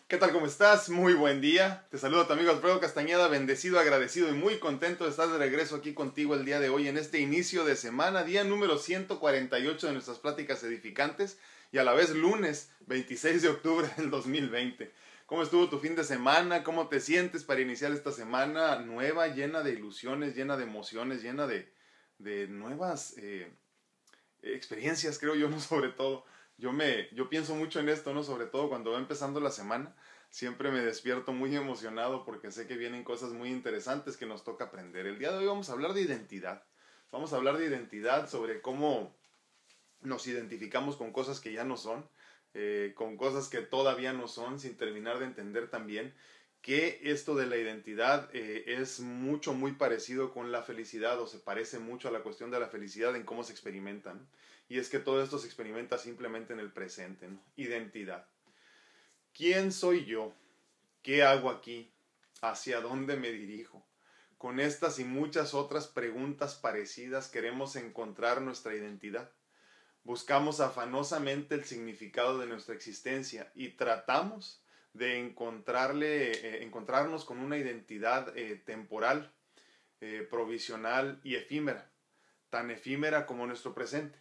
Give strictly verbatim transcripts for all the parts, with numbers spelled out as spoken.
¿Qué tal? ¿Cómo estás? Muy buen día. Te saludo a tu amigo Alfredo Castañeda, bendecido, agradecido y muy contento de estar de regreso aquí contigo el día de hoy en este inicio de semana, día número ciento cuarenta y ocho de nuestras pláticas edificantes y a la vez lunes veintiséis de octubre del dos mil veinte. ¿Cómo estuvo tu fin de semana? ¿Cómo te sientes para iniciar esta semana nueva, llena de ilusiones, llena de emociones, llena de, de nuevas eh, experiencias, creo yo, no sobre todo? Yo, me, yo pienso mucho en esto, ¿no? Sobre todo cuando va empezando la semana. Siempre me despierto muy emocionado porque sé que vienen cosas muy interesantes que nos toca aprender. El día de hoy vamos a hablar de identidad. Vamos a hablar de identidad, sobre cómo nos identificamos con cosas que ya no son, eh, con cosas que todavía no son, sin terminar de entender también que esto de la identidad eh, es mucho, muy parecido con la felicidad, o se parece mucho a la cuestión de la felicidad en cómo se experimenta, ¿no? Y es que todo esto se experimenta simplemente en el presente, ¿no? Identidad. ¿Quién soy yo? ¿Qué hago aquí? ¿Hacia dónde me dirijo? Con estas y muchas otras preguntas parecidas queremos encontrar nuestra identidad. Buscamos afanosamente el significado de nuestra existencia y tratamos de encontrarle, eh, encontrarnos con una identidad eh, temporal, eh, provisional y efímera, tan efímera como nuestro presente.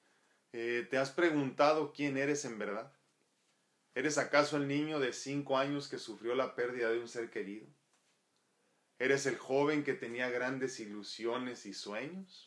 Eh, ¿Te has preguntado quién eres en verdad? ¿Eres acaso el niño de cinco años que sufrió la pérdida de un ser querido? ¿Eres el joven que tenía grandes ilusiones y sueños?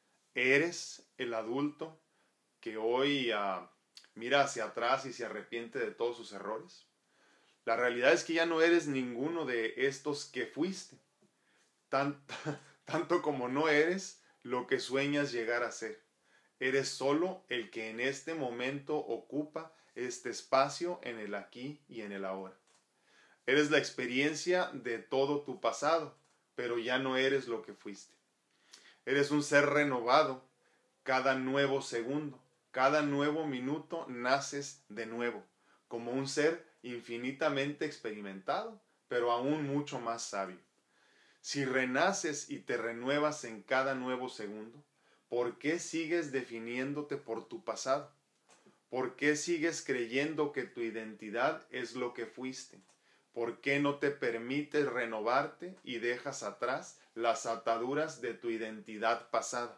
¿Eres el adulto que hoy uh, mira hacia atrás y se arrepiente de todos sus errores? La realidad es que ya no eres ninguno de estos que fuiste, tanto, tanto como no eres lo que sueñas llegar a ser. Eres solo el que en este momento ocupa este espacio en el aquí y en el ahora. Eres la experiencia de todo tu pasado, pero ya no eres lo que fuiste. Eres un ser renovado cada nuevo segundo. Cada nuevo minuto naces de nuevo, como un ser infinitamente experimentado, pero aún mucho más sabio. Si renaces y te renuevas en cada nuevo segundo, ¿por qué sigues definiéndote por tu pasado? ¿Por qué sigues creyendo que tu identidad es lo que fuiste? ¿Por qué no te permites renovarte y dejas atrás las ataduras de tu identidad pasada?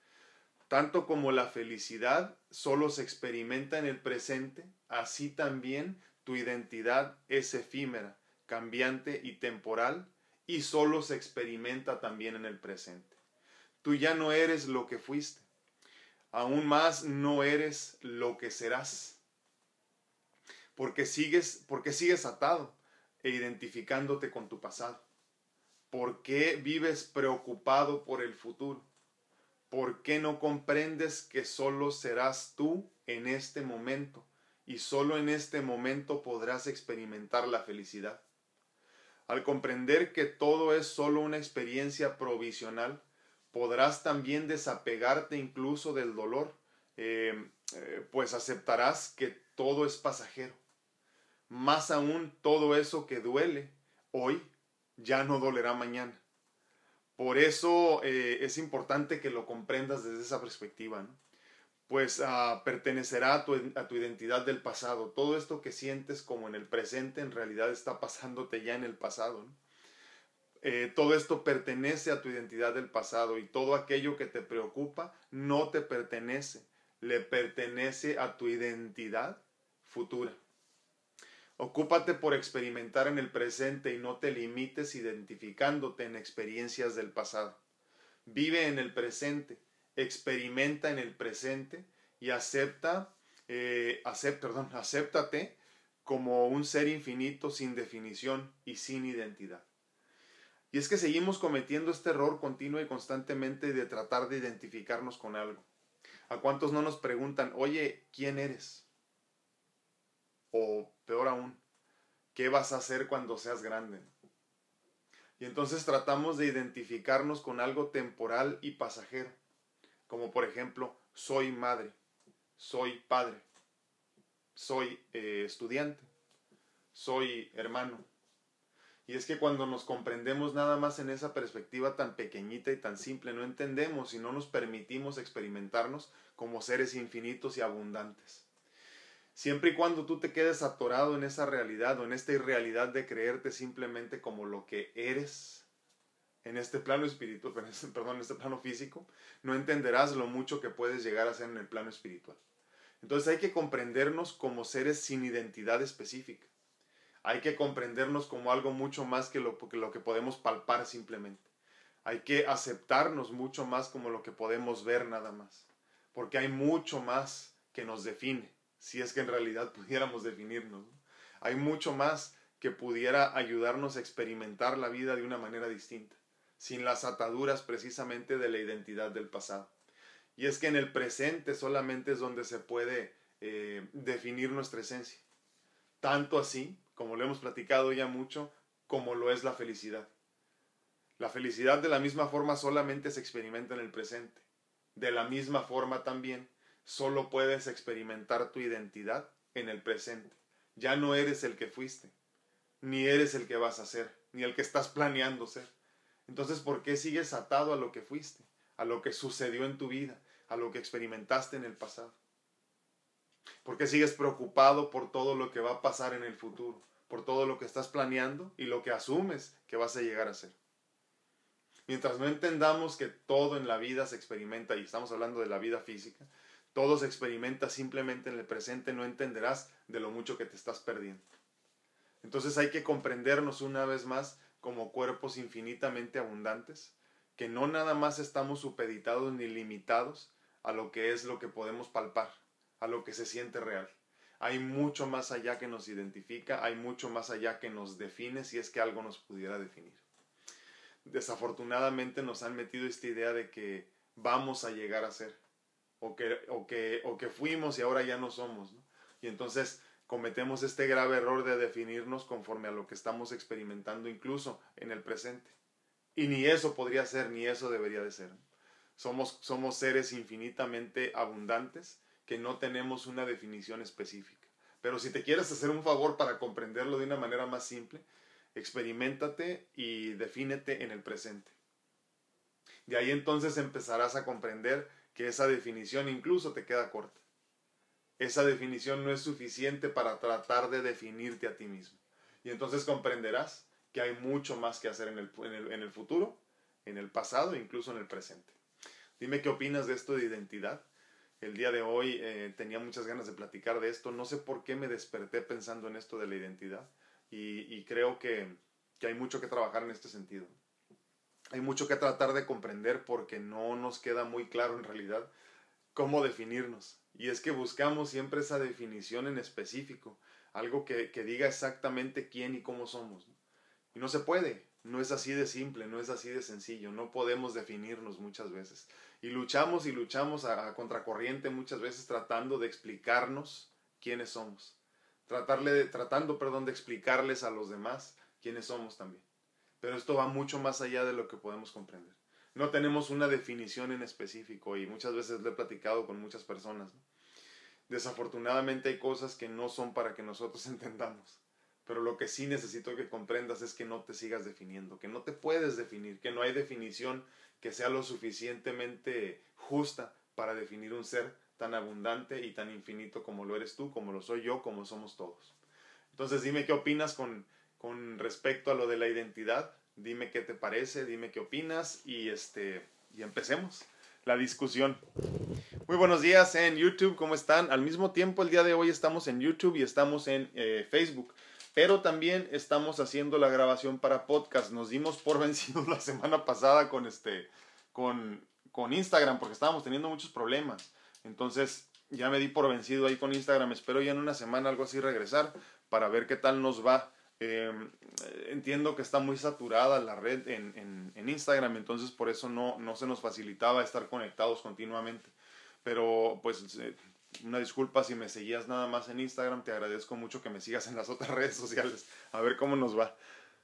Tanto como la felicidad solo se experimenta en el presente, así también tu identidad es efímera, cambiante y temporal, y solo se experimenta también en el presente. Tú ya no eres lo que fuiste, aún más no eres lo que serás, porque sigues, porque sigues atado e identificándote con tu pasado. ¿Por qué vives preocupado por el futuro? ¿Por qué no comprendes que solo serás tú en este momento y solo en este momento podrás experimentar la felicidad? Al comprender que todo es solo una experiencia provisional, podrás también desapegarte incluso del dolor, eh, eh, pues aceptarás que todo es pasajero. Más aún, todo eso que duele hoy ya no dolerá mañana. Por eso eh, es importante que lo comprendas desde esa perspectiva, ¿no? Pues uh, pertenecerá a tu, a tu identidad del pasado. Todo esto que sientes como en el presente en realidad está pasándote ya en el pasado, ¿no? Eh, todo esto pertenece a tu identidad del pasado y todo aquello que te preocupa no te pertenece, le pertenece a tu identidad futura. Ocúpate por experimentar en el presente y no te limites identificándote en experiencias del pasado. Vive en el presente, experimenta en el presente y acepta, eh, acepta, perdón, acéptate como un ser infinito sin definición y sin identidad. Y es que seguimos cometiendo este error continuo y constantemente de tratar de identificarnos con algo. ¿A cuántos no nos preguntan, oye, ¿quién eres? O peor aún, ¿qué vas a hacer cuando seas grande? Y entonces tratamos de identificarnos con algo temporal y pasajero, como por ejemplo, soy madre, soy padre, soy eh, estudiante, soy hermano. Y es que cuando nos comprendemos nada más en esa perspectiva tan pequeñita y tan simple, no entendemos y no nos permitimos experimentarnos como seres infinitos y abundantes. Siempre y cuando tú te quedes atorado en esa realidad o en esta irrealidad de creerte simplemente como lo que eres en este plano espiritual, perdón, en este plano físico, no entenderás lo mucho que puedes llegar a ser en el plano espiritual. Entonces hay que comprendernos como seres sin identidad específica. Hay que comprendernos como algo mucho más que lo, que lo que podemos palpar simplemente. Hay que aceptarnos mucho más como lo que podemos ver nada más. Porque hay mucho más que nos define, si es que en realidad pudiéramos definirnos, ¿no? Hay mucho más que pudiera ayudarnos a experimentar la vida de una manera distinta, sin las ataduras precisamente de la identidad del pasado. Y es que en el presente solamente es donde se puede eh, definir nuestra esencia. Tanto así, como lo hemos platicado ya mucho, como lo es la felicidad. La felicidad de la misma forma solamente se experimenta en el presente. De la misma forma también, solo puedes experimentar tu identidad en el presente. Ya no eres el que fuiste, ni eres el que vas a ser, ni el que estás planeando ser. Entonces, ¿por qué sigues atado a lo que fuiste, a lo que sucedió en tu vida, a lo que experimentaste en el pasado? ¿Por qué sigues preocupado por todo lo que va a pasar en el futuro, por todo lo que estás planeando y lo que asumes que vas a llegar a ser? Mientras no entendamos que todo en la vida se experimenta, y estamos hablando de la vida física, todo se experimenta simplemente en el presente, no entenderás de lo mucho que te estás perdiendo. Entonces hay que comprendernos una vez más como cuerpos infinitamente abundantes, que no nada más estamos supeditados ni limitados a lo que es lo que podemos palpar, a lo que se siente real. Hay mucho más allá que nos identifica, hay mucho más allá que nos define, si es que algo nos pudiera definir. Desafortunadamente nos han metido esta idea de que vamos a llegar a ser, o que, o que, o que fuimos y ahora ya no somos, ¿no? Y entonces cometemos este grave error de definirnos conforme a lo que estamos experimentando incluso en el presente. Y ni eso podría ser, ni eso debería de ser. Somos, somos seres infinitamente abundantes que no tenemos una definición específica. Pero si te quieres hacer un favor para comprenderlo de una manera más simple, experiméntate y defínete en el presente. De ahí entonces empezarás a comprender que esa definición incluso te queda corta. Esa definición no es suficiente para tratar de definirte a ti mismo. Y entonces comprenderás que hay mucho más que hacer en el, en el, en el futuro, en el pasado e incluso en el presente. Dime qué opinas de esto de identidad. El día de hoy eh, tenía muchas ganas de platicar de esto. No sé por qué me desperté pensando en esto de la identidad. Y, y creo que, que hay mucho que trabajar en este sentido. Hay mucho que tratar de comprender porque no nos queda muy claro en realidad cómo definirnos. Y es que buscamos siempre esa definición en específico, algo que, que diga exactamente quién y cómo somos, ¿no? Y no se puede, no es así de simple, no es así de sencillo, no podemos definirnos muchas veces. Y luchamos y luchamos a, a contracorriente muchas veces tratando de explicarnos quiénes somos. Tratarle de, tratando, perdón, de explicarles a los demás quiénes somos también. Pero esto va mucho más allá de lo que podemos comprender. No tenemos una definición en específico y muchas veces lo he platicado con muchas personas, ¿no? Desafortunadamente hay cosas que no son para que nosotros entendamos. Pero lo que sí necesito que comprendas es que no te sigas definiendo, que no te puedes definir, que no hay definición que sea lo suficientemente justa para definir un ser tan abundante y tan infinito como lo eres tú, como lo soy yo, como somos todos. Entonces dime qué opinas con, con respecto a lo de la identidad, dime qué te parece, dime qué opinas y, este, y empecemos la discusión. Muy buenos días en YouTube, ¿cómo están? Al mismo tiempo el día de hoy estamos en YouTube y estamos en eh, Facebook. Pero también estamos haciendo la grabación para podcast. Nos dimos por vencidos la semana pasada con, este, con, con Instagram porque estábamos teniendo muchos problemas. Entonces ya me di por vencido ahí con Instagram. Espero ya en una semana algo así regresar para ver qué tal nos va. Eh, entiendo que está muy saturada la red en, en, en Instagram, entonces por eso no, no se nos facilitaba estar conectados continuamente. Pero pues... Eh, una disculpa si me seguías nada más en Instagram, te agradezco mucho que me sigas en las otras redes sociales, a ver cómo nos va.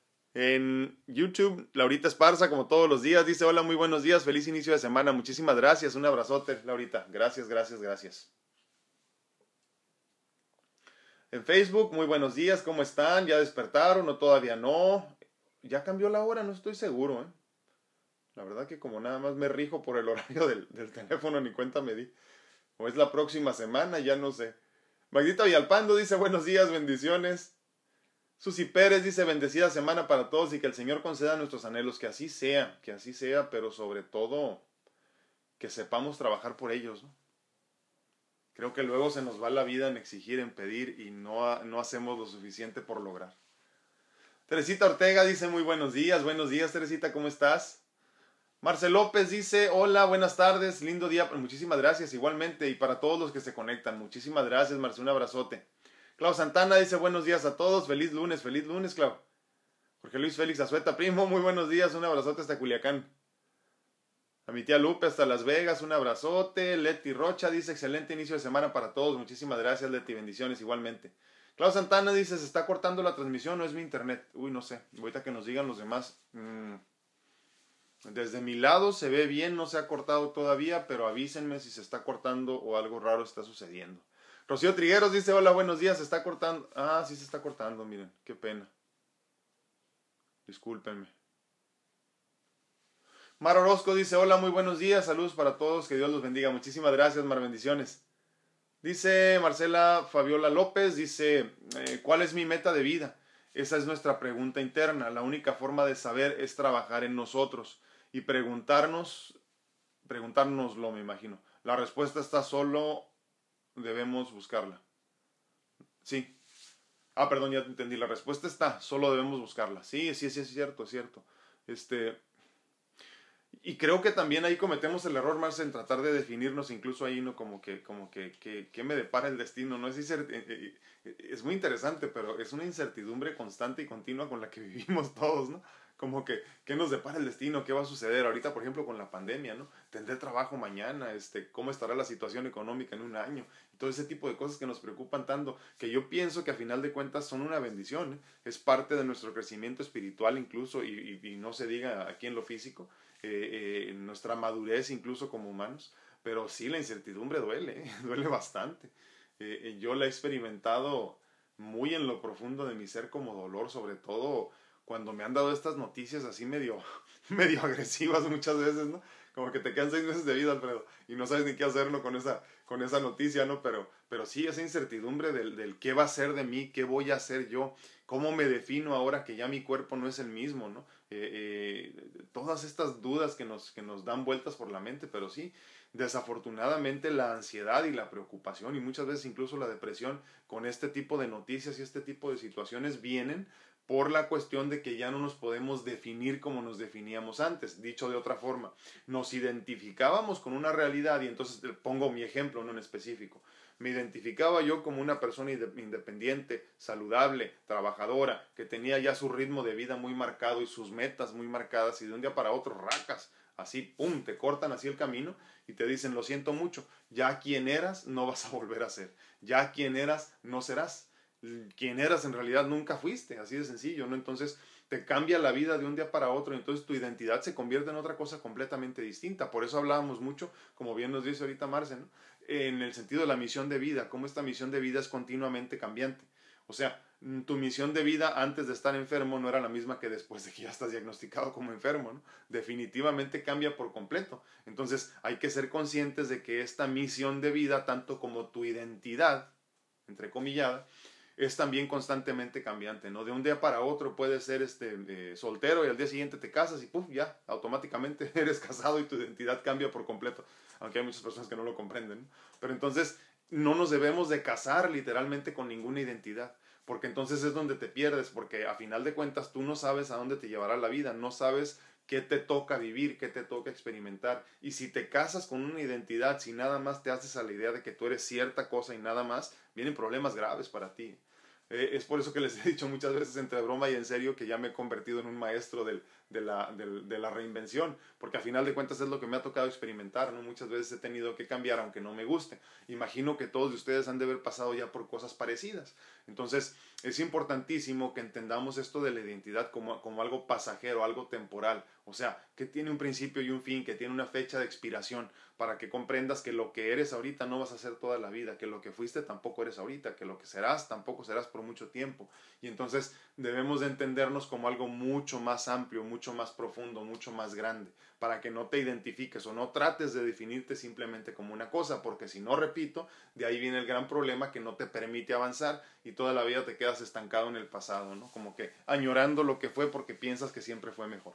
En YouTube, Laurita Esparza, como todos los días, dice: hola, muy buenos días, feliz inicio de semana, muchísimas gracias, un abrazote, Laurita, gracias, gracias, gracias. En Facebook, muy buenos días, ¿cómo están? ¿Ya despertaron o todavía no? Ya cambió la hora, no estoy seguro, ¿eh? La verdad que como nada más me rijo por el horario del, del teléfono, ni cuenta me di. O es la próxima semana, ya no sé. Magdita Villalpando dice buenos días, bendiciones. Susi Pérez dice bendecida semana para todos y que el Señor conceda nuestros anhelos, que así sea, que así sea, pero sobre todo que sepamos trabajar por ellos, ¿no? Creo que luego se nos va la vida en exigir, en pedir y no, no hacemos lo suficiente por lograr. Teresita Ortega dice muy buenos días, buenos días Teresita, ¿cómo estás? Marcel López dice hola, buenas tardes, lindo día, muchísimas gracias igualmente y para todos los que se conectan, muchísimas gracias Marcel, un abrazote. Clau Santana dice buenos días a todos, feliz lunes, feliz lunes Clau. Jorge Luis Félix Azueta, primo, muy buenos días, un abrazote hasta Culiacán. A mi tía Lupe hasta Las Vegas, un abrazote. Leti Rocha dice excelente inicio de semana para todos, muchísimas gracias Leti, bendiciones igualmente. Clau Santana dice se está cortando la transmisión, no es mi internet, uy no sé, ahorita que nos digan los demás. Mm. Desde mi lado se ve bien, no se ha cortado todavía, pero avísenme si se está cortando o algo raro está sucediendo. Rocío Trigueros dice, hola, buenos días, se está cortando. Ah, sí se está cortando, miren, qué pena. Discúlpenme. Mar Orozco dice, hola, muy buenos días, saludos para todos, que Dios los bendiga. Muchísimas gracias, Mar, bendiciones. Dice Marcela Fabiola López, dice, eh, ¿cuál es mi meta de vida? Esa es nuestra pregunta interna. La única forma de saber es trabajar en nosotros y preguntarnos, preguntárnoslo, me imagino. La respuesta está solo, debemos buscarla. Sí. Ah, perdón, ya entendí. La respuesta está, solo debemos buscarla. Sí, sí, sí, es cierto, es cierto. Este... Y creo que también ahí cometemos el error más en tratar de definirnos, incluso ahí, ¿no? Como que, como que, que, que me depara el destino, ¿no? Es, es muy interesante, pero es una incertidumbre constante y continua con la que vivimos todos, ¿no? Como que, ¿qué nos depara el destino? ¿Qué va a suceder? Ahorita, por ejemplo, con la pandemia, ¿no? ¿Tendré trabajo mañana? Este, ¿cómo estará la situación económica en un año? Y todo ese tipo de cosas que nos preocupan tanto, que yo pienso que a final de cuentas son una bendición, ¿eh? Es parte de nuestro crecimiento espiritual incluso, y, y, y no se diga aquí en lo físico, eh, eh, nuestra madurez incluso como humanos, pero sí la incertidumbre duele, ¿eh? Duele bastante. Eh, eh, yo la he experimentado muy en lo profundo de mi ser como dolor, sobre todo cuando me han dado estas noticias así medio, medio agresivas muchas veces, ¿no? Como que te quedan seis meses de vida, Alfredo, y no sabes ni qué hacerlo con esa, con esa noticia, ¿no? Pero, pero sí, esa incertidumbre del, del qué va a ser de mí, qué voy a hacer yo, cómo me defino ahora que ya mi cuerpo no es el mismo, ¿no? Eh, eh, todas estas dudas que nos, que nos dan vueltas por la mente, pero sí, desafortunadamente la ansiedad y la preocupación y muchas veces incluso la depresión con este tipo de noticias y este tipo de situaciones vienen por la cuestión de que ya no nos podemos definir como nos definíamos antes. Dicho de otra forma, nos identificábamos con una realidad y entonces pongo mi ejemplo, no en específico. Me identificaba yo como una persona independiente, saludable, trabajadora, que tenía ya su ritmo de vida muy marcado y sus metas muy marcadas y de un día para otro, racas, así, pum, te cortan así el camino y te dicen, lo siento mucho, ya quien eras no vas a volver a ser, ya quien eras no serás. Quien eras en realidad nunca fuiste, así de sencillo, ¿no? Entonces te cambia la vida de un día para otro, entonces tu identidad se convierte en otra cosa completamente distinta. Por eso hablábamos mucho, como bien nos dice ahorita Marce, ¿no? En el sentido de la misión de vida, cómo esta misión de vida es continuamente cambiante. O sea, tu misión de vida antes de estar enfermo no era la misma que después de que ya estás diagnosticado como enfermo, ¿no? Definitivamente cambia por completo. Entonces hay que ser conscientes de que esta misión de vida, tanto como tu identidad, entrecomillada, es también constantemente cambiante, ¿no? De un día para otro puedes ser este, eh, soltero y al día siguiente te casas y ¡puf! Ya, automáticamente eres casado y tu identidad cambia por completo, aunque hay muchas personas que no lo comprenden, ¿no? Pero entonces no nos debemos de casar literalmente con ninguna identidad, porque entonces es donde te pierdes, porque a final de cuentas tú no sabes a dónde te llevará la vida, no sabes qué te toca vivir, qué te toca experimentar, y si te casas con una identidad, si nada más te haces a la idea de que tú eres cierta cosa y nada más, vienen problemas graves para ti. Eh, es por eso que les he dicho muchas veces entre broma y en serio que ya me he convertido en un maestro del, de, la, del, de la reinvención, porque a final de cuentas es lo que me ha tocado experimentar, ¿no? Muchas veces he tenido que cambiar aunque no me guste. Imagino que todos de ustedes han de haber pasado ya por cosas parecidas. Entonces es importantísimo que entendamos esto de la identidad como, como algo pasajero, algo temporal, o sea, que tiene un principio y un fin, que tiene una fecha de expiración, para que comprendas que lo que eres ahorita no vas a ser toda la vida, que lo que fuiste tampoco eres ahorita, que lo que serás tampoco serás por mucho tiempo. Y entonces debemos de entendernos como algo mucho más amplio, mucho mucho más profundo, mucho más grande, para que no te identifiques o no trates de definirte simplemente como una cosa, porque si no, repito, de ahí viene el gran problema que no te permite avanzar y toda la vida te quedas estancado en el pasado, ¿no? Como que añorando lo que fue porque piensas que siempre fue mejor.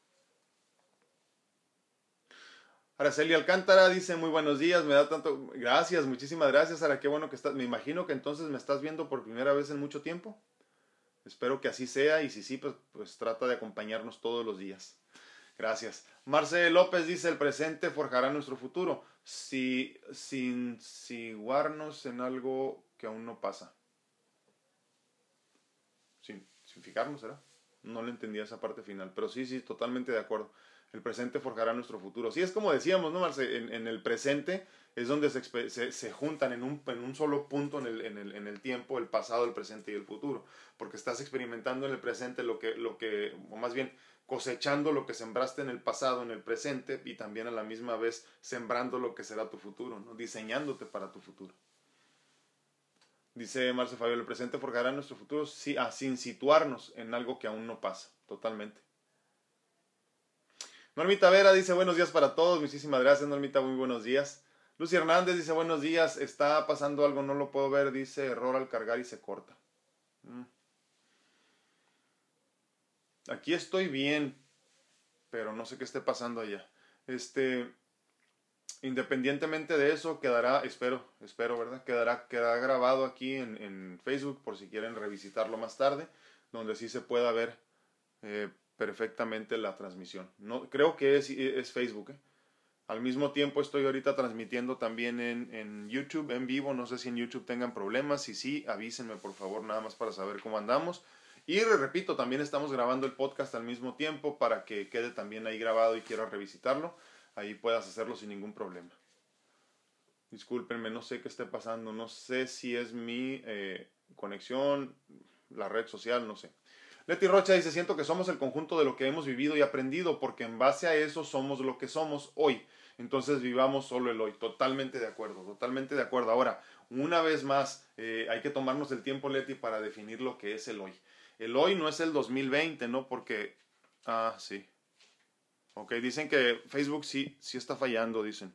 Araceli Alcántara dice, muy buenos días, me da tanto... Gracias, muchísimas gracias, Ara, qué bueno que estás... Me imagino que entonces me estás viendo por primera vez en mucho tiempo. Espero que así sea y si sí, pues, pues trata de acompañarnos todos los días. Gracias. Marce López dice, el presente forjará nuestro futuro, si, sin ciguarnos en algo que aún no pasa. Sin, sin fijarnos, ¿será? No le entendía esa parte final, pero sí, sí, totalmente de acuerdo. El presente forjará nuestro futuro. Sí, es como decíamos, ¿no, Marce? En, en el presente es donde se, se, se juntan en un, en un solo punto en el, en, el, en el tiempo el pasado, el presente y el futuro. Porque estás experimentando en el presente lo que, lo que, o más bien cosechando lo que sembraste en el pasado, en el presente, y también a la misma vez sembrando lo que será tu futuro, ¿no? Diseñándote para tu futuro. Dice Marce Fabio, el presente forjará nuestro futuro sí, ah, sin situarnos en algo que aún no pasa. Totalmente. Normita Vera dice buenos días para todos. Muchísimas gracias, Normita. Muy buenos días. Lucy Hernández dice buenos días. Está pasando algo, no lo puedo ver. Dice error al cargar y se corta. Mm. Aquí estoy bien, pero no sé qué esté pasando allá. Este, independientemente de eso, quedará, espero, espero, ¿verdad? Quedará, quedará grabado aquí en, en Facebook por si quieren revisitarlo más tarde, donde sí se pueda ver eh, perfectamente la transmisión. No, creo que es, es Facebook, ¿eh? Al mismo tiempo estoy ahorita transmitiendo también en, en YouTube, en vivo. No sé si en YouTube tengan problemas. Si sí, avísenme por favor, nada más para saber cómo andamos. Y repito, también estamos grabando el podcast al mismo tiempo para que quede también ahí grabado y quiero revisitarlo. Ahí puedas hacerlo sin ningún problema. Discúlpenme, no sé qué esté pasando. No sé si es mi eh, conexión, la red social, no sé. Leti Rocha dice, siento que somos el conjunto de lo que hemos vivido y aprendido, porque en base a eso somos lo que somos hoy. Entonces vivamos solo el hoy. Totalmente de acuerdo, totalmente de acuerdo. Ahora, una vez más, eh, hay que tomarnos el tiempo, Leti, para definir lo que es el hoy. El hoy no es el dos mil veinte, ¿no? Porque... Ah, sí. Ok, dicen que Facebook sí, sí está fallando, dicen.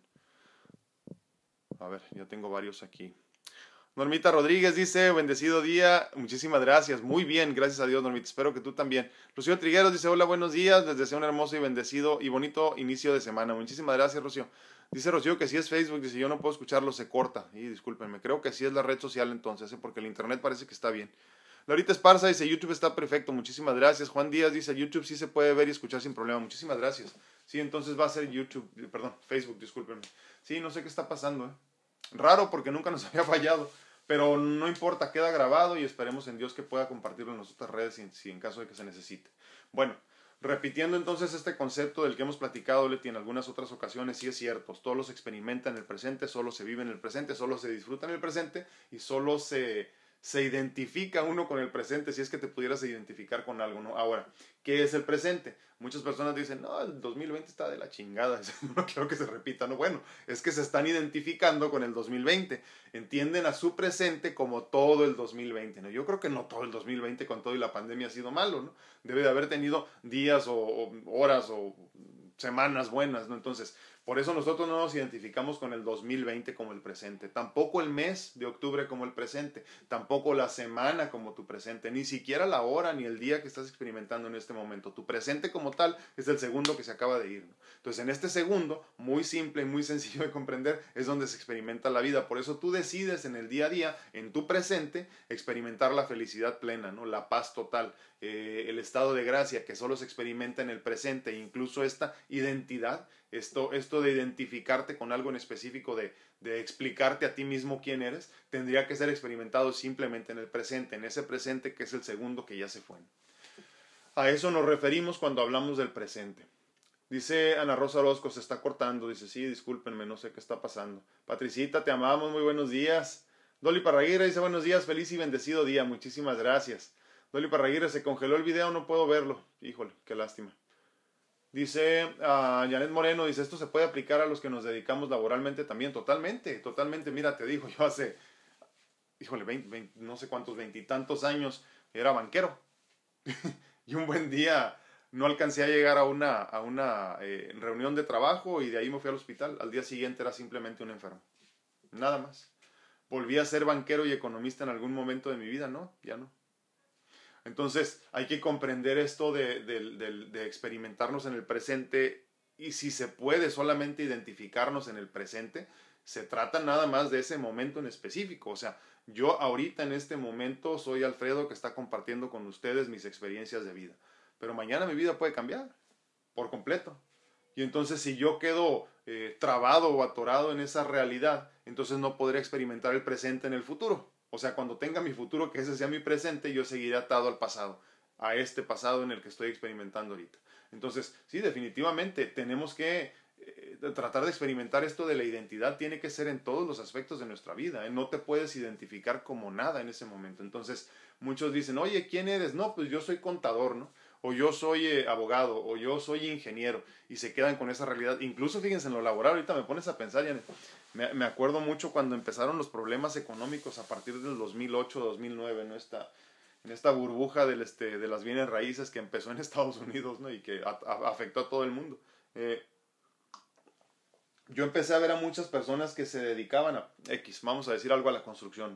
A ver, ya tengo varios aquí. Normita Rodríguez dice, bendecido día, muchísimas gracias, muy bien, gracias a Dios, Normita, espero que tú también. Rocío Trigueros dice, hola, buenos días, les deseo un hermoso y bendecido y bonito inicio de semana. Muchísimas gracias, Rocío. Dice Rocío que si es Facebook, dice, yo no puedo escucharlo, se corta. Y discúlpenme, creo que sí es la red social entonces, ¿eh? Porque el internet parece que está bien. Laurita Esparza dice, YouTube está perfecto, muchísimas gracias. Juan Díaz dice, YouTube sí se puede ver y escuchar sin problema, muchísimas gracias. Sí, entonces va a ser YouTube, perdón, Facebook, discúlpenme. Sí, no sé qué está pasando, ¿eh? Raro porque nunca nos había fallado, pero no importa, queda grabado y esperemos en Dios que pueda compartirlo en las otras redes si, si en caso de que se necesite. Bueno, repitiendo entonces este concepto del que hemos platicado, Leti, en algunas otras ocasiones, sí es cierto, solo se experimenta en el presente, solo se vive en el presente, solo se disfruta en el presente y solo se... se identifica uno con el presente, si es que te pudieras identificar con algo, ¿no? Ahora, ¿qué es el presente? Muchas personas dicen, no, el dos mil veinte está de la chingada, no quiero que se repita, no, bueno, es que se están identificando con el dos mil veinte, entienden a su presente como todo el dos mil veinte, ¿no? Yo creo que no todo el dos mil veinte con todo y la pandemia ha sido malo, ¿no? Debe de haber tenido días o, o horas o semanas buenas, ¿no? Entonces, por eso nosotros no nos identificamos con el dos mil veinte como el presente, tampoco el mes de octubre como el presente, tampoco la semana como tu presente, ni siquiera la hora ni el día que estás experimentando en este momento. Tu presente como tal es el segundo que se acaba de ir, ¿no? Entonces, en este segundo, muy simple y muy sencillo de comprender, es donde se experimenta la vida. Por eso tú decides en el día a día, en tu presente, experimentar la felicidad plena, ¿no? La paz total, eh, el estado de gracia que solo se experimenta en el presente, incluso esta identidad, esto, esto de identificarte con algo en específico, de, de explicarte a ti mismo quién eres, tendría que ser experimentado simplemente en el presente, en ese presente que es el segundo que ya se fue. A eso nos referimos cuando hablamos del presente. Dice Ana Rosa Orozco, se está cortando, dice, sí, discúlpenme, no sé qué está pasando. Patricita, te amamos, muy buenos días. Dolly Parraguirre dice, buenos días, feliz y bendecido día, muchísimas gracias. Dolly Parraguirre, se congeló el video, no puedo verlo. Híjole, qué lástima. Dice uh, Janet Moreno, dice, esto se puede aplicar a los que nos dedicamos laboralmente también. Totalmente, totalmente. Mira, te digo, yo hace, híjole, veinte, veinte, no sé cuántos, veintitantos años, era banquero. Y un buen día no alcancé a llegar a una, a una eh, reunión de trabajo y de ahí me fui al hospital. Al día siguiente era simplemente un enfermo. Nada más. ¿Volví a ser banquero y economista en algún momento de mi vida? No, ya no. Entonces hay que comprender esto de, de, de, de experimentarnos en el presente y si se puede solamente identificarnos en el presente, se trata nada más de ese momento en específico. O sea, yo ahorita en este momento soy Alfredo que está compartiendo con ustedes mis experiencias de vida. Pero mañana mi vida puede cambiar por completo. Y entonces si yo quedo eh, trabado o atorado en esa realidad, entonces no podré experimentar el presente en el futuro. O sea, cuando tenga mi futuro, que ese sea mi presente, yo seguiré atado al pasado, a este pasado en el que estoy experimentando ahorita. Entonces, sí, definitivamente tenemos que eh, tratar de experimentar esto de la identidad. Tiene que ser en todos los aspectos de nuestra vida, ¿eh? No te puedes identificar como nada en ese momento. Entonces, muchos dicen, oye, ¿quién eres? No, pues yo soy contador, ¿no? O yo soy eh, abogado, o yo soy ingeniero, y se quedan con esa realidad. Incluso, fíjense, en lo laboral, ahorita me pones a pensar, ya me, me acuerdo mucho cuando empezaron los problemas económicos a partir del dos mil ocho, dos mil nueve, ¿no? Esta, en esta burbuja del, este, de las bienes raíces que empezó en Estados Unidos, ¿no? Y que a, a, afectó a todo el mundo. Eh, yo empecé a ver a muchas personas que se dedicaban a X, vamos a decir algo, a la construcción.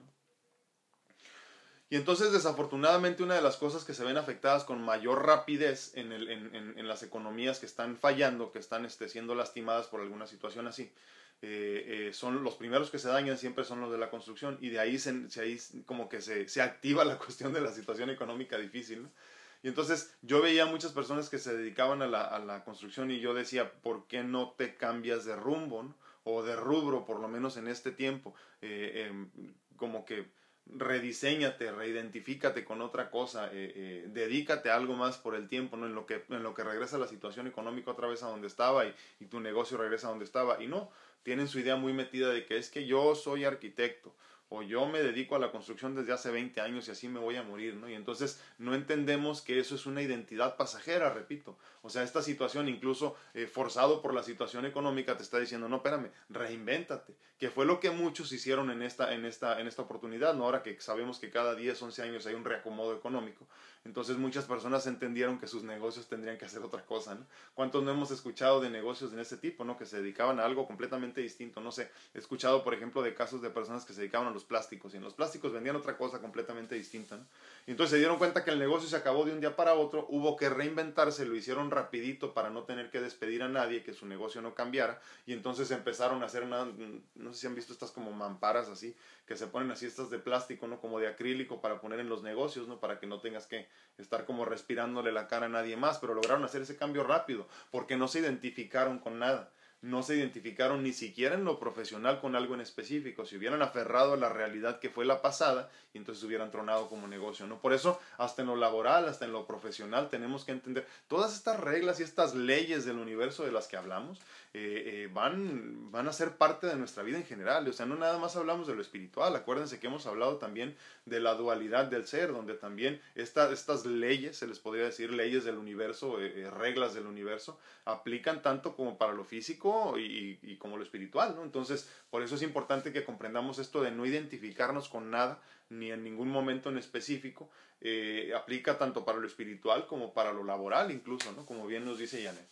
Y entonces, desafortunadamente, una de las cosas que se ven afectadas con mayor rapidez en, el, en, en, en las economías que están fallando, que están este, siendo lastimadas por alguna situación así, eh, eh, son los primeros que se dañan siempre son los de la construcción, y de ahí, se, se, ahí como que se, se activa la cuestión de la situación económica difícil, ¿no? Y entonces yo veía muchas personas que se dedicaban a la, a la construcción y yo decía, ¿por qué no te cambias de rumbo, ¿no? O de rubro, por lo menos en este tiempo? Eh, eh, como que rediséñate, reidentifícate con otra cosa, eh, eh, dedícate a algo más por el tiempo, ¿no? En lo que, en lo que regresa la situación económica otra vez a donde estaba y, y tu negocio regresa a donde estaba. Y no, tienen su idea muy metida de que es que yo soy arquitecto o yo me dedico a la construcción desde hace veinte años y así me voy a morir, ¿no? Y entonces no entendemos que eso es una identidad pasajera, repito. O sea, esta situación, incluso eh, forzado por la situación económica, te está diciendo, no, espérame, reinvéntate, que fue lo que muchos hicieron en esta, en esta, en esta oportunidad, ¿no? Ahora que sabemos que cada diez, once años hay un reacomodo económico, entonces muchas personas entendieron que sus negocios tendrían que hacer otra cosa, ¿no? ¿Cuántos no hemos escuchado de negocios de ese tipo, ¿no? Que se dedicaban a algo completamente distinto? No sé, he escuchado, por ejemplo, de casos de personas que se dedicaban a los plásticos y en los plásticos vendían otra cosa completamente distinta, ¿no? Y entonces se dieron cuenta que el negocio se acabó de un día para otro, hubo que reinventarse, lo hicieron rapidito para no tener que despedir a nadie, que su negocio no cambiara, y entonces empezaron a hacer una, no sé si han visto estas como mamparas así, que se ponen así estas de plástico, ¿no? Como de acrílico para poner en los negocios, ¿no? Para que no tengas que estar como respirándole la cara a nadie más, pero lograron hacer ese cambio rápido, porque no se identificaron con nada. No se identificaron ni siquiera en lo profesional con algo en específico. Si hubieran aferrado a la realidad que fue la pasada, y entonces hubieran tronado como negocio, ¿no? Por eso, hasta en lo laboral, hasta en lo profesional, tenemos que entender todas estas reglas y estas leyes del universo de las que hablamos, eh, eh, van, van a ser parte de nuestra vida en general. O sea, no nada más hablamos de lo espiritual. Acuérdense que hemos hablado también de la dualidad del ser, donde también esta, estas leyes, se les podría decir leyes del universo, eh, eh, reglas del universo, aplican tanto como para lo físico y, y como lo espiritual, ¿no? Entonces, por eso es importante que comprendamos esto de no identificarnos con nada, ni en ningún momento en específico. Eh, aplica tanto para lo espiritual como para lo laboral incluso, ¿no? Como bien nos dice Janet.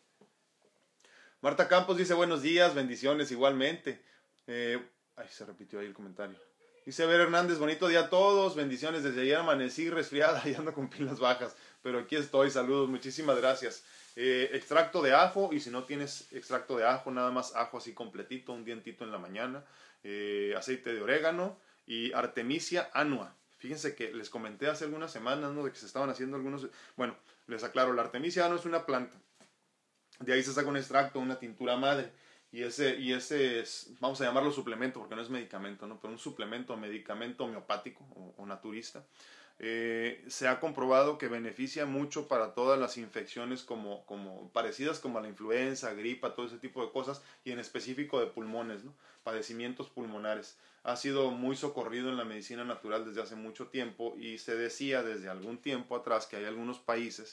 Marta Campos dice, buenos días, bendiciones igualmente. Eh, ay, se repitió ahí el comentario. Dice Ver Hernández, bonito día a todos, bendiciones, desde ayer amanecí resfriada y ando con pilas bajas, pero aquí estoy, saludos, muchísimas gracias. Eh, extracto de ajo, y si no tienes extracto de ajo, nada más ajo así completito, un dientito en la mañana, eh, aceite de orégano y Artemisia annua. Fíjense que les comenté hace algunas semanas, ¿no? De que se estaban haciendo algunos, bueno, les aclaro, la Artemisia annua es una planta, de ahí se saca un extracto, una tintura madre, y ese, y ese es, vamos a llamarlo suplemento, porque no es medicamento, ¿no? Pero un suplemento, medicamento homeopático o, o naturista. Eh, se ha comprobado que beneficia mucho para todas las infecciones como, como parecidas como a la influenza, gripa, todo ese tipo de cosas, y en específico de pulmones, ¿no? Padecimientos pulmonares. Ha sido muy socorrido en la medicina natural desde hace mucho tiempo, y se decía desde algún tiempo atrás que hay algunos países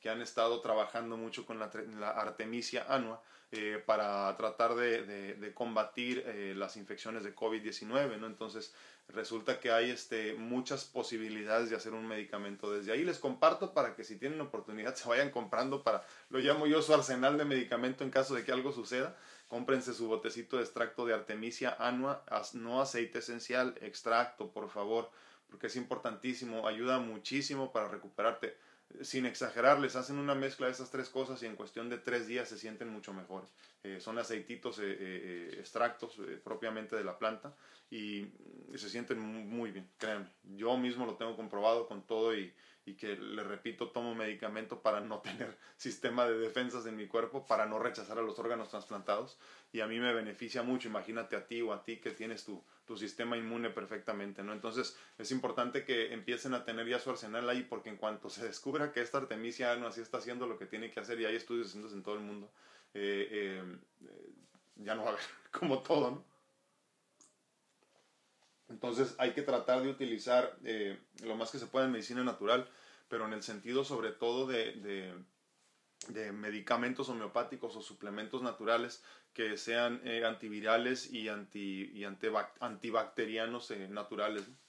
que han estado trabajando mucho con la, la Artemisia annua eh, para tratar de, de, de combatir eh, las infecciones de COVID diecinueve, ¿no? Entonces resulta que hay este, muchas posibilidades de hacer un medicamento desde ahí. Les comparto para que si tienen oportunidad se vayan comprando para, lo llamo yo su arsenal de medicamento en caso de que algo suceda. Cómprense su botecito de extracto de Artemisia annua, no aceite esencial, extracto, por favor, porque es importantísimo, ayuda muchísimo para recuperarte. Sin exagerar, les hacen una mezcla de esas tres cosas y en cuestión de tres días se sienten mucho mejor. Eh, son aceititos, eh, eh, extractos eh, propiamente de la planta y se sienten muy bien, créanme. Yo mismo lo tengo comprobado con todo y, y que, le repito, tomo medicamento para no tener sistema de defensas en mi cuerpo, para no rechazar a los órganos trasplantados y a mí me beneficia mucho. Imagínate a ti o a ti que tienes tu, tu sistema inmune perfectamente, ¿no? Entonces es importante que empiecen a tener ya su arsenal ahí, porque en cuanto se descubra que esta Artemisia annua así está haciendo lo que tiene que hacer y hay estudios haciéndose en todo el mundo, eh, eh, eh, ya no va a haber como todo, ¿no? Entonces hay que tratar de utilizar eh, lo más que se pueda en medicina natural, pero en el sentido sobre todo de, de, de medicamentos homeopáticos o suplementos naturales que sean eh, antivirales y, anti, y antibac, antibacterianos eh, naturales, ¿no?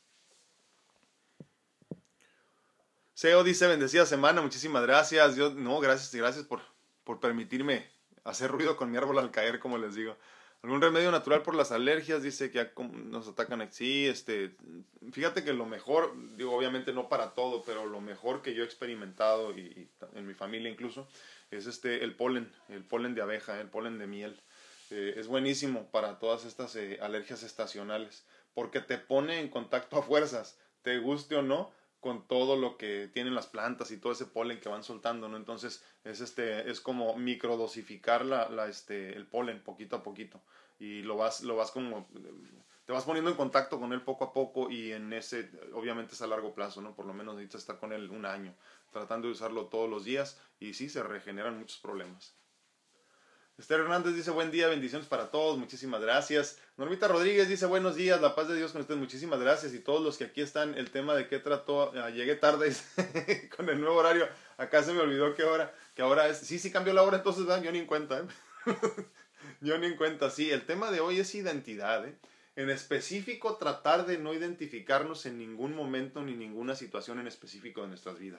Seo dice, bendecida semana, muchísimas gracias. Yo, no, gracias, gracias por, por permitirme hacer ruido con mi árbol al caer, como les digo. ¿Algún remedio natural por las alergias? Dice que ya nos atacan. Sí, este, fíjate que lo mejor, digo, obviamente no para todo, pero lo mejor que yo he experimentado, y, y en mi familia incluso, es este, el polen, el polen de abeja, el polen de miel. Eh, es buenísimo para todas estas eh, alergias estacionales, porque te pone en contacto a fuerzas, te guste o no, con todo lo que tienen las plantas y todo ese polen que van soltando, ¿no? Entonces es este es como microdosificar la, la este el polen poquito a poquito y lo vas lo vas como te vas poniendo en contacto con él poco a poco y en ese obviamente es a largo plazo, ¿no? Por lo menos necesitas estar con él un año tratando de usarlo todos los días y sí se regeneran muchos problemas. Esther Hernández dice, buen día, bendiciones para todos, muchísimas gracias. Normita Rodríguez dice, buenos días, la paz de Dios con ustedes, muchísimas gracias. Y todos los que aquí están, el tema de qué trató, uh, llegué tarde con el nuevo horario, acá se me olvidó qué hora, que ahora es, sí, sí cambió la hora, entonces, ¿verdad? Yo ni en cuenta, ¿eh? Yo ni en cuenta, sí, el tema de hoy es identidad, ¿eh? En específico, tratar de no identificarnos en ningún momento ni ninguna situación en específico de nuestras vidas.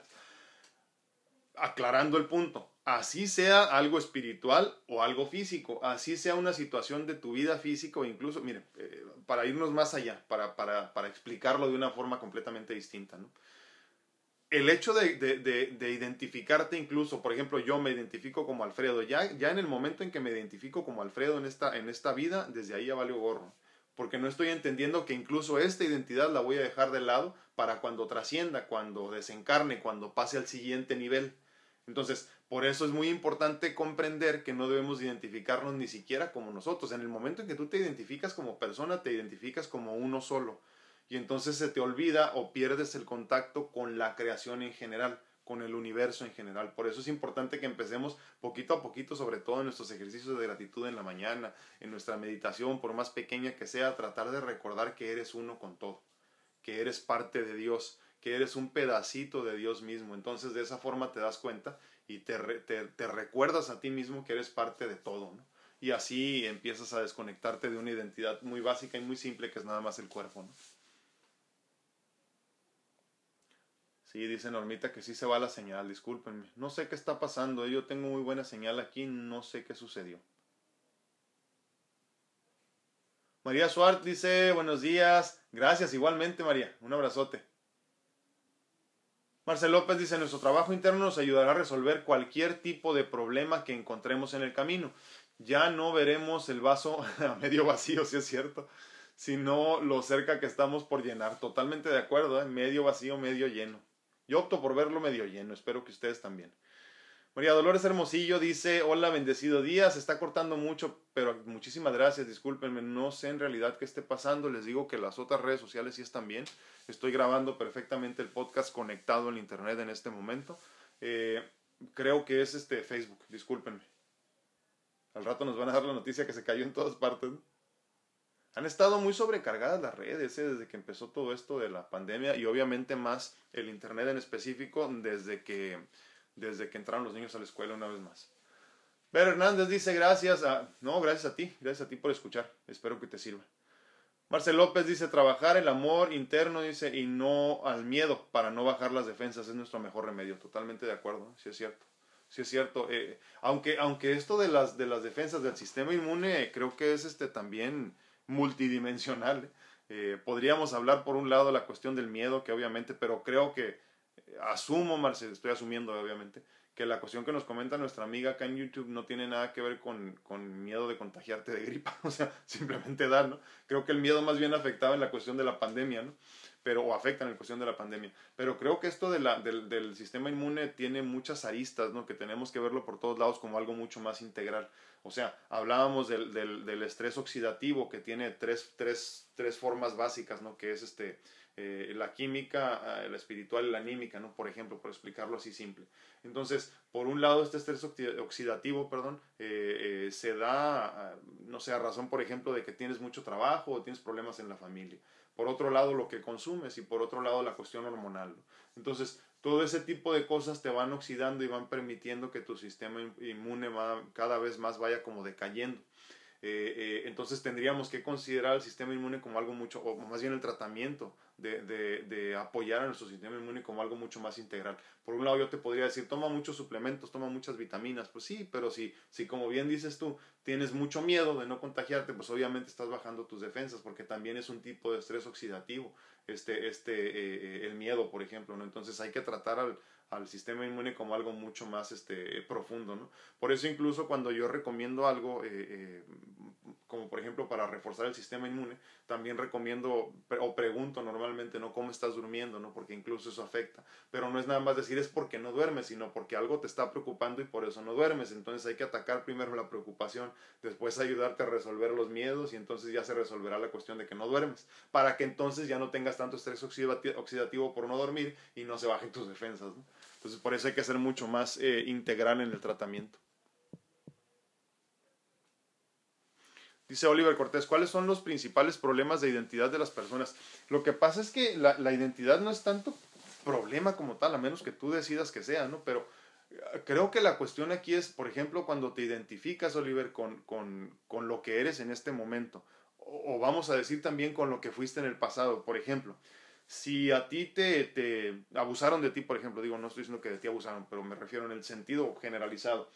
Aclarando el punto, así sea algo espiritual o algo físico, así sea una situación de tu vida física o incluso, mire, eh, para irnos más allá, para, para, para explicarlo de una forma completamente distinta, ¿no? El hecho de, de, de, de identificarte incluso, por ejemplo, yo me identifico como Alfredo, ya, ya en el momento en que me identifico como Alfredo en esta, en esta vida, desde ahí ya valió gorro, porque no estoy entendiendo que incluso esta identidad la voy a dejar de lado para cuando trascienda, cuando desencarne, cuando pase al siguiente nivel. Entonces, por eso es muy importante comprender que no debemos identificarnos ni siquiera como nosotros. En el momento en que tú te identificas como persona, te identificas como uno solo. Y entonces se te olvida o pierdes el contacto con la creación en general, con el universo en general. Por eso es importante que empecemos poquito a poquito, sobre todo en nuestros ejercicios de gratitud en la mañana, en nuestra meditación, por más pequeña que sea, tratar de recordar que eres uno con todo, que eres parte de Dios, que eres un pedacito de Dios mismo. Entonces de esa forma te das cuenta y te, re, te, te recuerdas a ti mismo que eres parte de todo, ¿no? Y así empiezas a desconectarte de una identidad muy básica y muy simple que es nada más el cuerpo, ¿no? Sí, dice Normita que sí se va la señal, discúlpenme. No sé qué está pasando, yo tengo muy buena señal aquí, no sé qué sucedió. María Suárez dice, buenos días, gracias igualmente María, un abrazote. Marcel López dice, nuestro trabajo interno nos ayudará a resolver cualquier tipo de problema que encontremos en el camino. Ya no veremos el vaso a medio vacío, si es cierto, sino lo cerca que estamos por llenar. Totalmente de acuerdo, ¿eh? Medio vacío, medio lleno. Yo opto por verlo medio lleno, espero que ustedes también. María Dolores Hermosillo dice, hola, bendecido día, se está cortando mucho, pero muchísimas gracias, discúlpenme, no sé en realidad qué esté pasando, les digo que las otras redes sociales sí están bien, estoy grabando perfectamente el podcast conectado al internet en este momento, eh, creo que es este Facebook, discúlpenme, al rato nos van a dar la noticia que se cayó en todas partes, ¿no? Han estado muy sobrecargadas las redes, ¿eh? Desde que empezó todo esto de la pandemia y obviamente más el internet en específico desde que desde que entraron los niños a la escuela una vez más. Ver Hernández dice gracias a... No, gracias a ti, gracias a ti por escuchar, espero que te sirva. Marcel López dice trabajar el amor interno, dice, y no al miedo para no bajar las defensas, es nuestro mejor remedio. Totalmente de acuerdo, sí es cierto. Sí es cierto, eh, aunque, aunque esto de las, de las defensas del sistema inmune creo que es este también multidimensional. Eh, podríamos hablar por un lado la cuestión del miedo, que obviamente, pero creo que, eh, asumo, Marcel, estoy asumiendo obviamente, que la cuestión que nos comenta nuestra amiga acá en YouTube no tiene nada que ver con, con miedo de contagiarte de gripa, o sea, simplemente da, ¿no? Creo que el miedo más bien afectaba en la cuestión de la pandemia, ¿no? Pero, o afecta en la cuestión de la pandemia. Pero creo que esto de la, del, del sistema inmune tiene muchas aristas, ¿no? Que tenemos que verlo por todos lados como algo mucho más integral. O sea, hablábamos del, del, del estrés oxidativo que tiene tres, tres, tres formas básicas, ¿no? Que es este... Eh, la química, eh, la espiritual y la anímica, ¿no? Por ejemplo, por explicarlo así simple. Entonces, por un lado, este estrés oxidativo, perdón, eh, eh, se da, no sé, a razón, por ejemplo, de que tienes mucho trabajo o tienes problemas en la familia. Por otro lado, lo que consumes y por otro lado, la cuestión hormonal, ¿no? Entonces, todo ese tipo de cosas te van oxidando y van permitiendo que tu sistema inmune va, cada vez más vaya como decayendo. Eh, eh, entonces tendríamos que considerar el sistema inmune como algo mucho, o más bien el tratamiento de, de, de apoyar a nuestro sistema inmune como algo mucho más integral. Por un lado yo te podría decir, toma muchos suplementos, toma muchas vitaminas, pues sí, pero si, si como bien dices tú, tienes mucho miedo de no contagiarte, pues obviamente estás bajando tus defensas, porque también es un tipo de estrés oxidativo, este, este, eh, eh, el miedo, por ejemplo, ¿no? Entonces hay que tratar al, al sistema inmune como algo mucho más este, profundo, ¿no? Por eso incluso cuando yo recomiendo algo, eh, eh, como por ejemplo para reforzar el sistema inmune, también recomiendo o pregunto normalmente, ¿no? ¿Cómo estás durmiendo? ¿No? Porque incluso eso afecta. Pero no es nada más decir es porque no duermes, sino porque algo te está preocupando y por eso no duermes. Entonces hay que atacar primero la preocupación, después ayudarte a resolver los miedos y entonces ya se resolverá la cuestión de que no duermes, para que entonces ya no tengas tanto estrés oxidativo por no dormir y no se bajen tus defensas, ¿no? Entonces por eso hay que ser mucho más eh, integral en el tratamiento. Dice Oliver Cortés, ¿cuáles son los principales problemas de identidad de las personas? Lo que pasa es que la, la identidad no es tanto problema como tal, a menos que tú decidas que sea, ¿no? Pero creo que la cuestión aquí es, por ejemplo, cuando te identificas, Oliver, con, con, con lo que eres en este momento, o, o vamos a decir también con lo que fuiste en el pasado. Por ejemplo, si a ti te, te abusaron de ti, por ejemplo, digo, no estoy diciendo que de ti abusaron, pero me refiero en el sentido generalizado.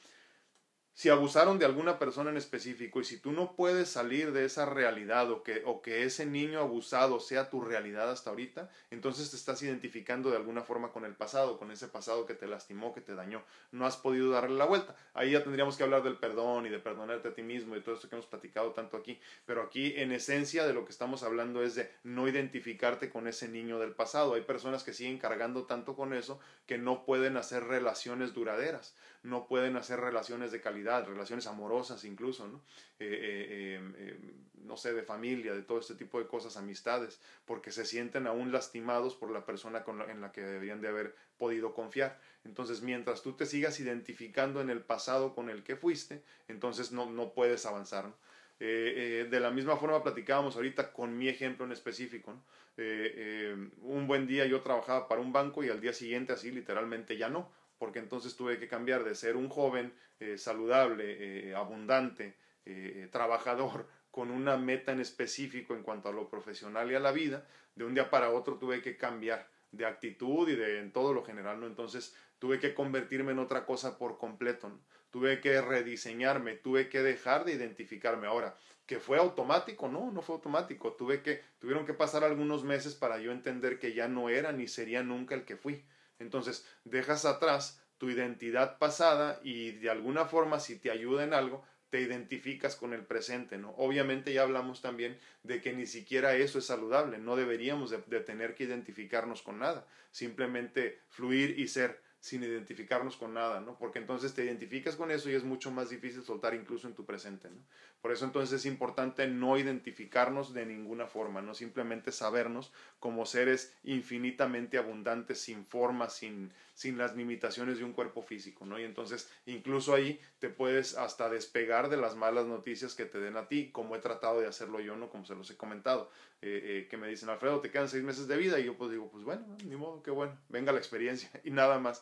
Si abusaron de alguna persona en específico y si tú no puedes salir de esa realidad o que, o que ese niño abusado sea tu realidad hasta ahorita, entonces te estás identificando de alguna forma con el pasado, con ese pasado que te lastimó, que te dañó. No has podido darle la vuelta. Ahí ya tendríamos que hablar del perdón y de perdonarte a ti mismo y todo esto que hemos platicado tanto aquí. Pero aquí en esencia de lo que estamos hablando es de no identificarte con ese niño del pasado. Hay personas que siguen cargando tanto con eso que no pueden hacer relaciones duraderas, no pueden hacer relaciones de calidad, relaciones amorosas incluso, ¿no? Eh, eh, eh, no sé, de familia, de todo este tipo de cosas, amistades, porque se sienten aún lastimados por la persona con la, en la que deberían de haber podido confiar. Entonces, mientras tú te sigas identificando en el pasado con el que fuiste, entonces no, no puedes avanzar, ¿no? Eh, eh, de la misma forma platicábamos ahorita con mi ejemplo en específico, ¿no? Eh, eh, un buen día yo trabajaba para un banco y al día siguiente así literalmente ya no, porque entonces tuve que cambiar de ser un joven eh, saludable, eh, abundante, eh, trabajador, con una meta en específico en cuanto a lo profesional y a la vida, de un día para otro tuve que cambiar de actitud y de en todo lo general, ¿no? Entonces tuve que convertirme en otra cosa por completo, ¿no? Tuve que rediseñarme, tuve que dejar de identificarme. Ahora, ¿que fue automático? No, no fue automático. Tuve que, tuvieron que pasar algunos meses para yo entender que ya no era ni sería nunca el que fui. Entonces, dejas atrás tu identidad pasada y de alguna forma, si te ayuda en algo, te identificas con el presente, ¿no? Obviamente ya hablamos también de que ni siquiera eso es saludable, no deberíamos de, de tener que identificarnos con nada, simplemente fluir y ser sin identificarnos con nada, ¿no? Porque entonces te identificas con eso y es mucho más difícil soltar incluso en tu presente, ¿no? Por eso entonces es importante no identificarnos de ninguna forma, no simplemente sabernos como seres infinitamente abundantes, sin forma, sin, sin las limitaciones de un cuerpo físico, ¿no? Y entonces incluso ahí te puedes hasta despegar de las malas noticias que te den a ti, como he tratado de hacerlo yo, ¿no? Como se los he comentado, eh, eh, que me dicen, Alfredo, te quedan seis meses de vida, y yo pues digo, pues bueno, ni modo, qué bueno, venga la experiencia, y nada más.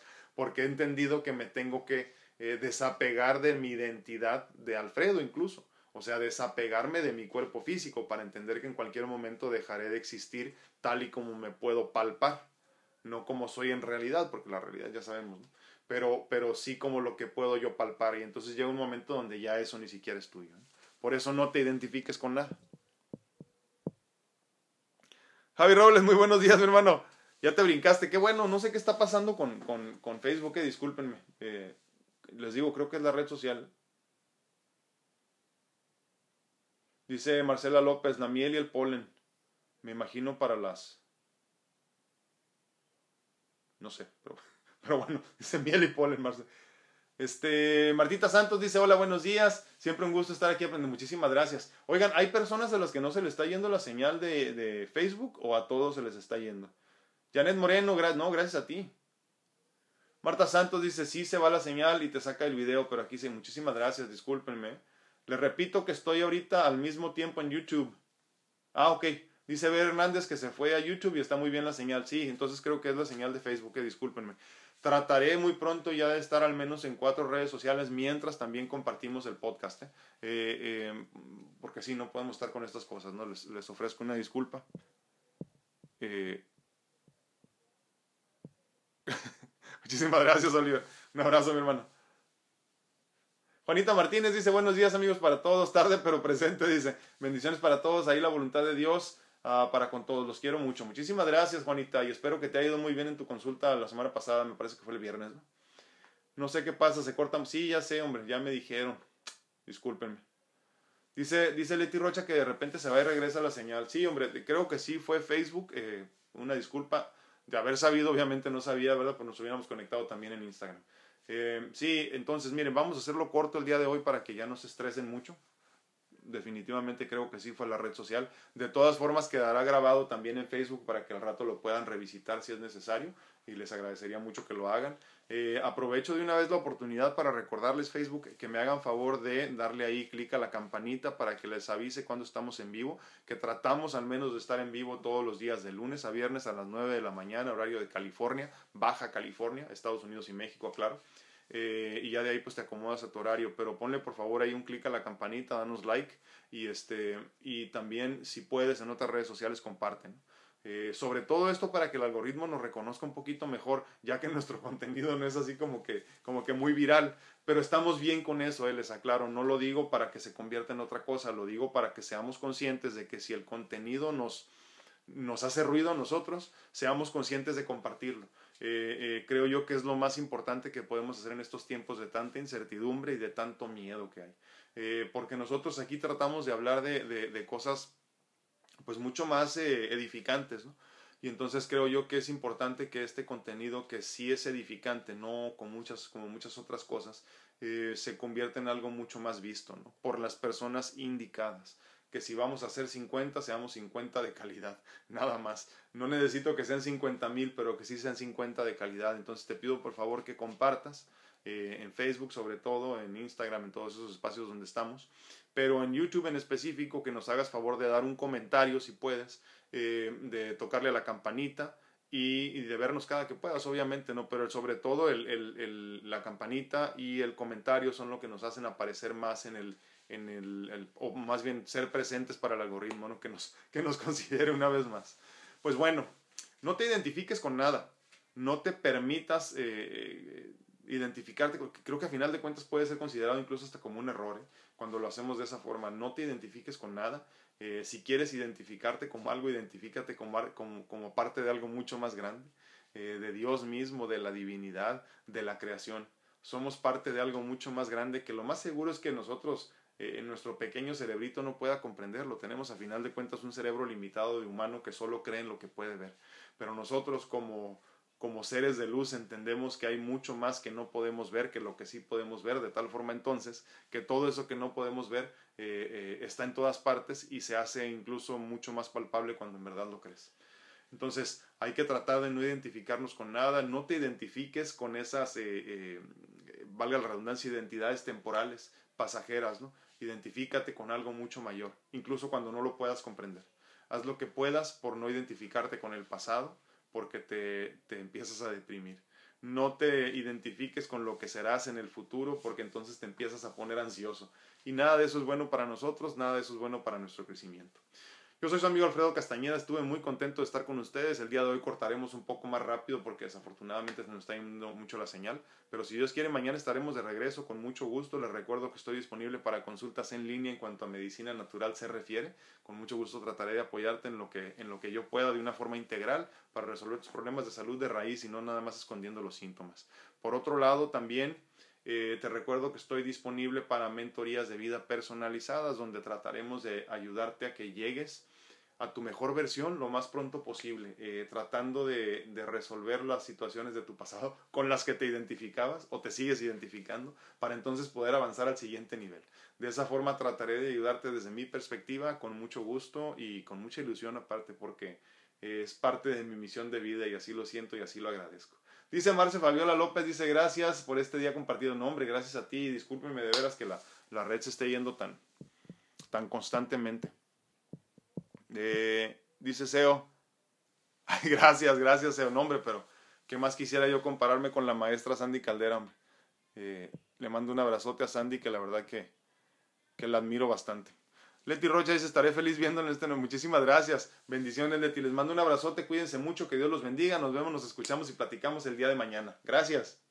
porque he entendido que me tengo que eh, desapegar de mi identidad de Alfredo incluso. O sea, desapegarme de mi cuerpo físico para entender que en cualquier momento dejaré de existir tal y como me puedo palpar. No como soy en realidad, porque la realidad ya sabemos, ¿no? Pero, pero sí como lo que puedo yo palpar. Y entonces llega un momento donde ya eso ni siquiera es tuyo, ¿no? Por eso no te identifiques con nada. Javi Robles, muy buenos días, mi hermano. Ya te brincaste. Qué bueno, no sé qué está pasando con, con, con Facebook, eh, discúlpenme. Eh, les digo, creo que es la red social. Dice Marcela López, la miel y el polen. Me imagino para las... No sé, pero, pero bueno, dice miel y polen, Marcela. Este, Martita Santos dice, hola, buenos días. Siempre un gusto estar aquí aprendiendo. Muchísimas gracias. Oigan, ¿hay personas a las que no se les está yendo la señal de, de Facebook o a todos se les está yendo? Janet Moreno, gra no, gracias a ti. Marta Santos dice, sí se va la señal y te saca el video, pero aquí dice, muchísimas gracias, discúlpenme. Les repito que estoy ahorita al mismo tiempo en YouTube. Ah, ok. Dice Ver Hernández que se fue a YouTube y está muy bien la señal. Sí, entonces creo que es la señal de Facebook, que discúlpenme. Trataré muy pronto ya de estar al menos en cuatro redes sociales mientras también compartimos el podcast. ¿eh? Eh, eh, porque sí, no podemos estar con estas cosas, ¿no? Les, les ofrezco una disculpa. Eh, muchísimas gracias, Oliver. Un abrazo, mi hermano. Juanita Martínez dice, buenos días amigos para todos, tarde pero presente, dice, bendiciones para todos, ahí la voluntad de Dios uh, para con todos, los quiero mucho. Muchísimas gracias, Juanita, y espero que te haya ido muy bien en tu consulta la semana pasada, me parece que fue el viernes, ¿no? No sé qué pasa, se cortan, sí, ya sé, hombre, ya me dijeron, discúlpenme. Dice, dice Leti Rocha que de repente se va y regresa la señal. Sí, hombre, creo que sí fue Facebook, eh, una disculpa, de haber sabido, obviamente no sabía, ¿verdad? Pues nos hubiéramos conectado también en Instagram. Eh, sí, entonces miren, vamos a hacerlo corto el día de hoy para que ya no se estresen mucho. Definitivamente creo que sí fue la red social. De todas formas quedará grabado también en Facebook para que al rato lo puedan revisitar si es necesario y les agradecería mucho que lo hagan. Eh, aprovecho de una vez la oportunidad para recordarles Facebook que me hagan favor de darle ahí clic a la campanita para que les avise cuando estamos en vivo, que tratamos al menos de estar en vivo todos los días de lunes a viernes a las nueve de la mañana, horario de California, Baja California, Estados Unidos y México, claro. Eh, y ya de ahí pues te acomodas a tu horario, pero ponle por favor ahí un clic a la campanita, danos like y, este, y también si puedes en otras redes sociales comparten. Eh, sobre todo esto para que el algoritmo nos reconozca un poquito mejor, ya que nuestro contenido no es así como que, como que muy viral, pero estamos bien con eso, eh, les aclaro, no lo digo para que se convierta en otra cosa, lo digo para que seamos conscientes de que si el contenido nos, nos hace ruido a nosotros, seamos conscientes de compartirlo. Eh, eh, creo yo que es lo más importante que podemos hacer en estos tiempos de tanta incertidumbre y de tanto miedo que hay. Eh, porque nosotros aquí tratamos de hablar de, de, de cosas pues mucho más eh, edificantes, ¿no? Y entonces creo yo que es importante que este contenido, que sí es edificante, no con muchas, como muchas otras cosas, eh, se convierta en algo mucho más visto, ¿no? Por las personas indicadas. Que si vamos a hacer cincuenta, seamos cincuenta de calidad, nada más. No necesito que sean cincuenta mil, pero que sí sean cincuenta de calidad. Entonces te pido por favor que compartas, eh, en Facebook sobre todo, en Instagram, en todos esos espacios donde estamos, pero en YouTube en específico que nos hagas favor de dar un comentario si puedes, eh, de tocarle a la campanita y, y de vernos cada que puedas, obviamente, ¿no? Pero sobre todo el, el, el, la campanita y el comentario son lo que nos hacen aparecer más en el en el, el, o más bien ser presentes para el algoritmo, ¿no? que, nos, que nos considere una vez más. Pues bueno, no te identifiques con nada, no te permitas eh, identificarte, porque creo que a final de cuentas puede ser considerado incluso hasta como un error, ¿eh? Cuando lo hacemos de esa forma. No te identifiques con nada, eh, si quieres identificarte como algo, identifícate como, como, como parte de algo mucho más grande, eh, de Dios mismo, de la divinidad, de la creación. Somos parte de algo mucho más grande que lo más seguro es que nosotros eh, en nuestro pequeño cerebrito no pueda comprenderlo. Tenemos a final de cuentas un cerebro limitado de humano que solo cree en lo que puede ver. Pero nosotros como, como seres de luz entendemos que hay mucho más que no podemos ver que lo que sí podemos ver, de tal forma entonces que todo eso que no podemos ver eh, eh, está en todas partes y se hace incluso mucho más palpable cuando en verdad lo crees. Entonces hay que tratar de no identificarnos con nada, no te identifiques con esas, eh, eh, valga la redundancia, identidades temporales, pasajeras, ¿no? Identifícate con algo mucho mayor, incluso cuando no lo puedas comprender. Haz lo que puedas por no identificarte con el pasado, porque te, te empiezas a deprimir. no te identifiques con lo que serás en el futuro, porque entonces te empiezas a poner ansioso. Y nada de eso es bueno para nosotros, nada de eso es bueno para nuestro crecimiento. Yo soy su amigo Alfredo Castañeda, estuve muy contento de estar con ustedes. El día de hoy cortaremos un poco más rápido porque desafortunadamente se nos está yendo mucho la señal. Pero si Dios quiere, mañana estaremos de regreso con mucho gusto. Les recuerdo que estoy disponible para consultas en línea en cuanto a medicina natural se refiere. Con mucho gusto trataré de apoyarte en lo que, en lo que yo pueda de una forma integral para resolver tus problemas de salud de raíz y no nada más escondiendo los síntomas. Por otro lado, también Eh, te recuerdo que estoy disponible para mentorías de vida personalizadas donde trataremos de ayudarte a que llegues a tu mejor versión lo más pronto posible, eh, tratando de, de resolver las situaciones de tu pasado con las que te identificabas o te sigues identificando para entonces poder avanzar al siguiente nivel. De esa forma trataré de ayudarte desde mi perspectiva con mucho gusto y con mucha ilusión aparte porque eh, es parte de mi misión de vida y así lo siento y así lo agradezco. Dice Marce Fabiola López, dice gracias por este día compartido. No, hombre, gracias a ti. Discúlpeme de veras que la, la red se esté yendo tan, tan constantemente. Eh, dice Seo, ay, gracias, gracias Seo, no, hombre, pero ¿qué más quisiera yo compararme con la maestra Sandy Caldera, hombre? Eh, le mando un abrazote a Sandy que la verdad que, que la admiro bastante. Leti Rocha dice, estaré feliz viéndole este. Muchísimas gracias. Bendiciones, Leti. Les mando un abrazote. Cuídense mucho. Que Dios los bendiga. Nos vemos, nos escuchamos y platicamos el día de mañana. Gracias.